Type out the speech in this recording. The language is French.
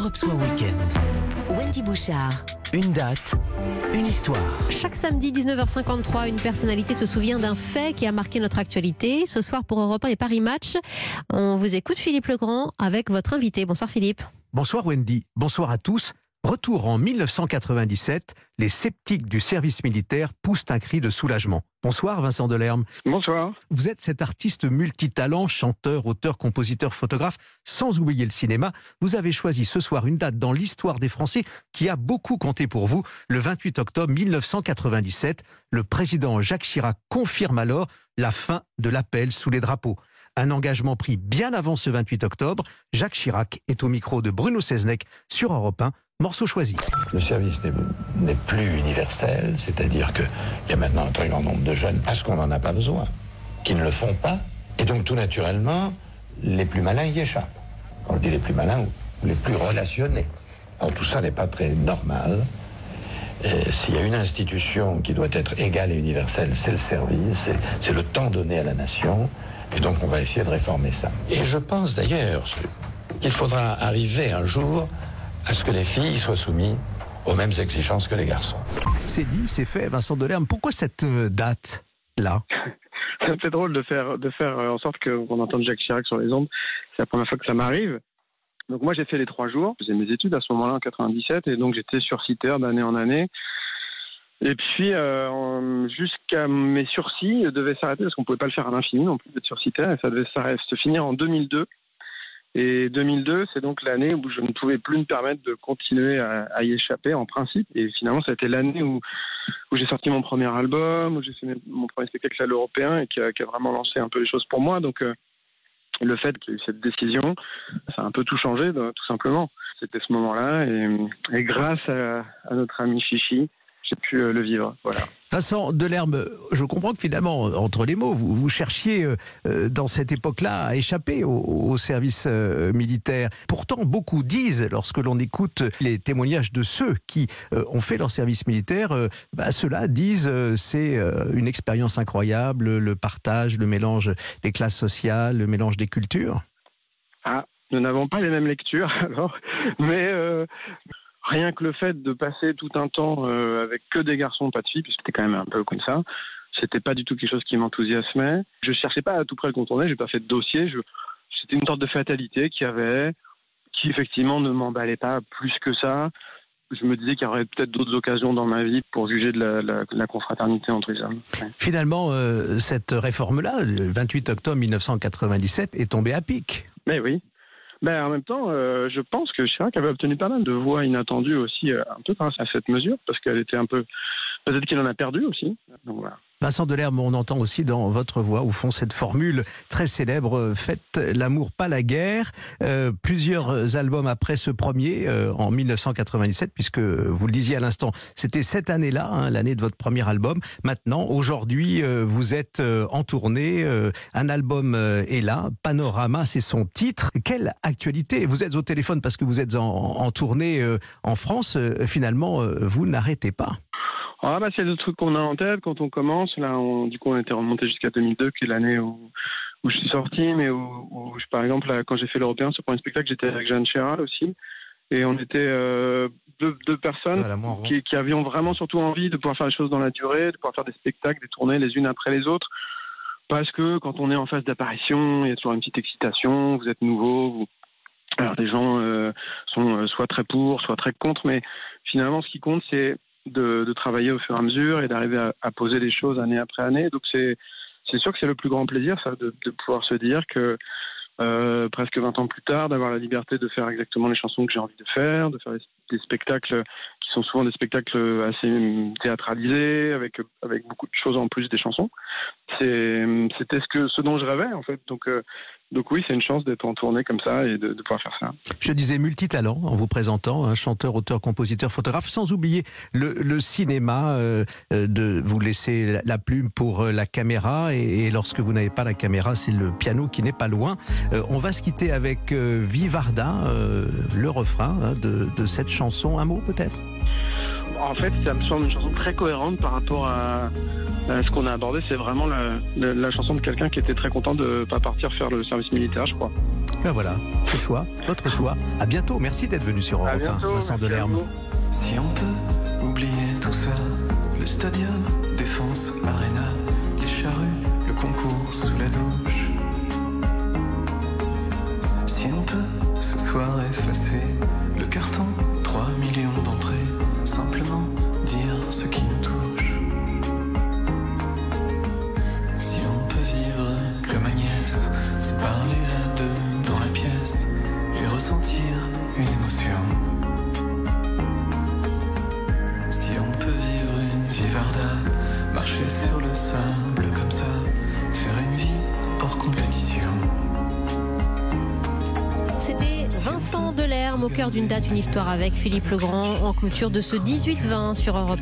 Europe Soir Week-end. Wendy Bouchard. Une date, une histoire. Chaque samedi 19h53, une personnalité se souvient d'un fait qui a marqué notre actualité. Ce soir pour Europe 1 et Paris Match, on vous écoute Philippe Legrand avec votre invité. Bonsoir Philippe. Bonsoir Wendy, bonsoir à tous. Retour en 1997, les sceptiques du service militaire poussent un cri de soulagement. Bonsoir Vincent Delerme. Bonsoir. Vous êtes cet artiste multitalent, chanteur, auteur, compositeur, photographe, sans oublier le cinéma. Vous avez choisi ce soir une date dans l'histoire des Français qui a beaucoup compté pour vous. Le 28 octobre 1997, le président Jacques Chirac confirme alors la fin de l'appel sous les drapeaux. Un engagement pris bien avant ce 28 octobre. Jacques Chirac est au micro de Bruno Seznec sur Europe 1. Morceau choisi. Le service n'est plus universel, c'est-à-dire qu'il y a maintenant un très grand nombre de jeunes, parce qu'on n'en a pas besoin, qui ne le font pas. Et donc tout naturellement, les plus malins y échappent. Quand je dis les plus malins, ou les plus relationnés. Alors tout ça n'est pas très normal. S'il y a une institution qui doit être égale et universelle, c'est le service, c'est le temps donné à la nation. Et donc on va essayer de réformer ça. Et je pense d'ailleurs qu'il faudra arriver un jour à ce que les filles soient soumises aux mêmes exigences que les garçons. C'est dit, c'est fait, Vincent Delerme. Pourquoi cette date-là ? Ça me fait drôle de faire en sorte qu'on entende Jacques Chirac sur les ondes. C'est la première fois que ça m'arrive. Donc moi j'ai fait les 3 jours. Je faisais mes études à ce moment-là en 97 et donc j'étais sursiteur d'année en année. Et puis jusqu'à mes sursis devaient s'arrêter parce qu'on pouvait pas le faire à l'infini non plus d'être sursiteur et ça devait se finir en 2002. Et 2002, c'est donc l'année où je ne pouvais plus me permettre de continuer à y échapper en principe. Et finalement, ça a été l'année où j'ai sorti mon premier album, où j'ai fait mon premier spectacle à l'Européen et qui a vraiment lancé un peu les choses pour moi. Donc le fait qu'il y ait eu cette décision, ça a un peu tout changé, tout simplement. C'était ce moment-là et grâce à notre ami Chichi, j'ai pu le vivre. Voilà. Vincent Delerme, je comprends que finalement, entre les mots, vous cherchiez dans cette époque-là à échapper au service militaire. Pourtant, beaucoup disent, lorsque l'on écoute les témoignages de ceux qui ont fait leur service militaire, ceux-là disent c'est une expérience incroyable, le partage, le mélange des classes sociales, le mélange des cultures. Ah, nous n'avons pas les mêmes lectures, alors, mais... Rien que le fait de passer tout un temps avec que des garçons, pas de filles, puisque c'était quand même un peu comme ça, c'était pas du tout quelque chose qui m'enthousiasmait. Je cherchais pas à tout près le contourner, j'ai pas fait de dossier. C'était une sorte de fatalité qui effectivement ne m'emballait pas plus que ça. Je me disais qu'il y aurait peut-être d'autres occasions dans ma vie pour juger de la confraternité entre les hommes. Ouais. Finalement, cette réforme-là, le 28 octobre 1997, est tombée à pic. Mais oui. En même temps, je pense que Chirac avait obtenu pas mal de voix inattendues aussi, un peu grâce à cette mesure, parce qu'elle était un peu... Peut-être qu'il en a perdu aussi. Donc, voilà. Vincent Delerme, on entend aussi dans votre voix, au fond, cette formule très célèbre, faites l'amour, pas la guerre. Plusieurs albums après ce premier, en 1997, puisque vous le disiez à l'instant, c'était cette année-là, l'année de votre premier album. Maintenant, aujourd'hui, vous êtes en tournée, un album est là, Panorama, c'est son titre. Quelle actualité! Vous êtes au téléphone parce que vous êtes en tournée en France. Finalement, vous n'arrêtez pas. C'est le truc qu'on a en tête quand on commence. Là, on était remonté jusqu'à 2002, qui est l'année où je suis sorti, mais par exemple, là, quand j'ai fait l'Européen, ce premier spectacle, j'étais avec Jeanne Chéral aussi. Et on était deux personnes qui avions vraiment surtout envie de pouvoir faire les choses dans la durée, de pouvoir faire des spectacles, des tournées les unes après les autres. Parce que quand on est en phase d'apparition, il y a toujours une petite excitation, vous êtes nouveau, Alors des gens sont soit très pour, soit très contre, mais finalement, ce qui compte, c'est de travailler au fur et à mesure et d'arriver à poser les choses année après année. Donc c'est sûr que c'est le plus grand plaisir, ça, de pouvoir se dire que presque 20 ans plus tard, d'avoir la liberté de faire exactement les chansons que j'ai envie de faire des spectacles qui sont souvent des spectacles assez théâtralisés, avec beaucoup de choses en plus des chansons. C'était ce dont je rêvais, en fait. Donc oui, c'est une chance d'être en tournée comme ça et de pouvoir faire ça. Je disais multitalent en vous présentant, chanteur, auteur, compositeur, photographe, sans oublier le cinéma, de vous laisser la plume pour la caméra et lorsque vous n'avez pas la caméra, c'est le piano qui n'est pas loin. On va se quitter avec Vivarda, le refrain de cette chanson. Un mot peut-être ? En fait, ça me semble une chanson très cohérente par rapport à ce qu'on a abordé. C'est vraiment la chanson de quelqu'un qui était très content de ne pas partir faire le service militaire, je crois. Ben voilà, c'est le choix, votre choix. À bientôt, merci d'être venu sur À Europe 1, bientôt. Vincent merci à Delerme. vous. Si on peut oublier tout ça, le stadium, défense, l'arena, les charrues, le concours sous la douche. Si on peut ce soir effacer le carton, 3 millions d'entrées, simplement dire ce qui nous touche. Si on peut vivre comme Agnès, se parler à deux dans la pièce et ressentir une émotion. Si on peut vivre une vivarda, marcher sur le sable comme ça, faire une vie hors compétition. C'était Vincent Delerme au cœur d'une date, une histoire avec Philippe Legrand en clôture de ce 18-20 sur Europe 1.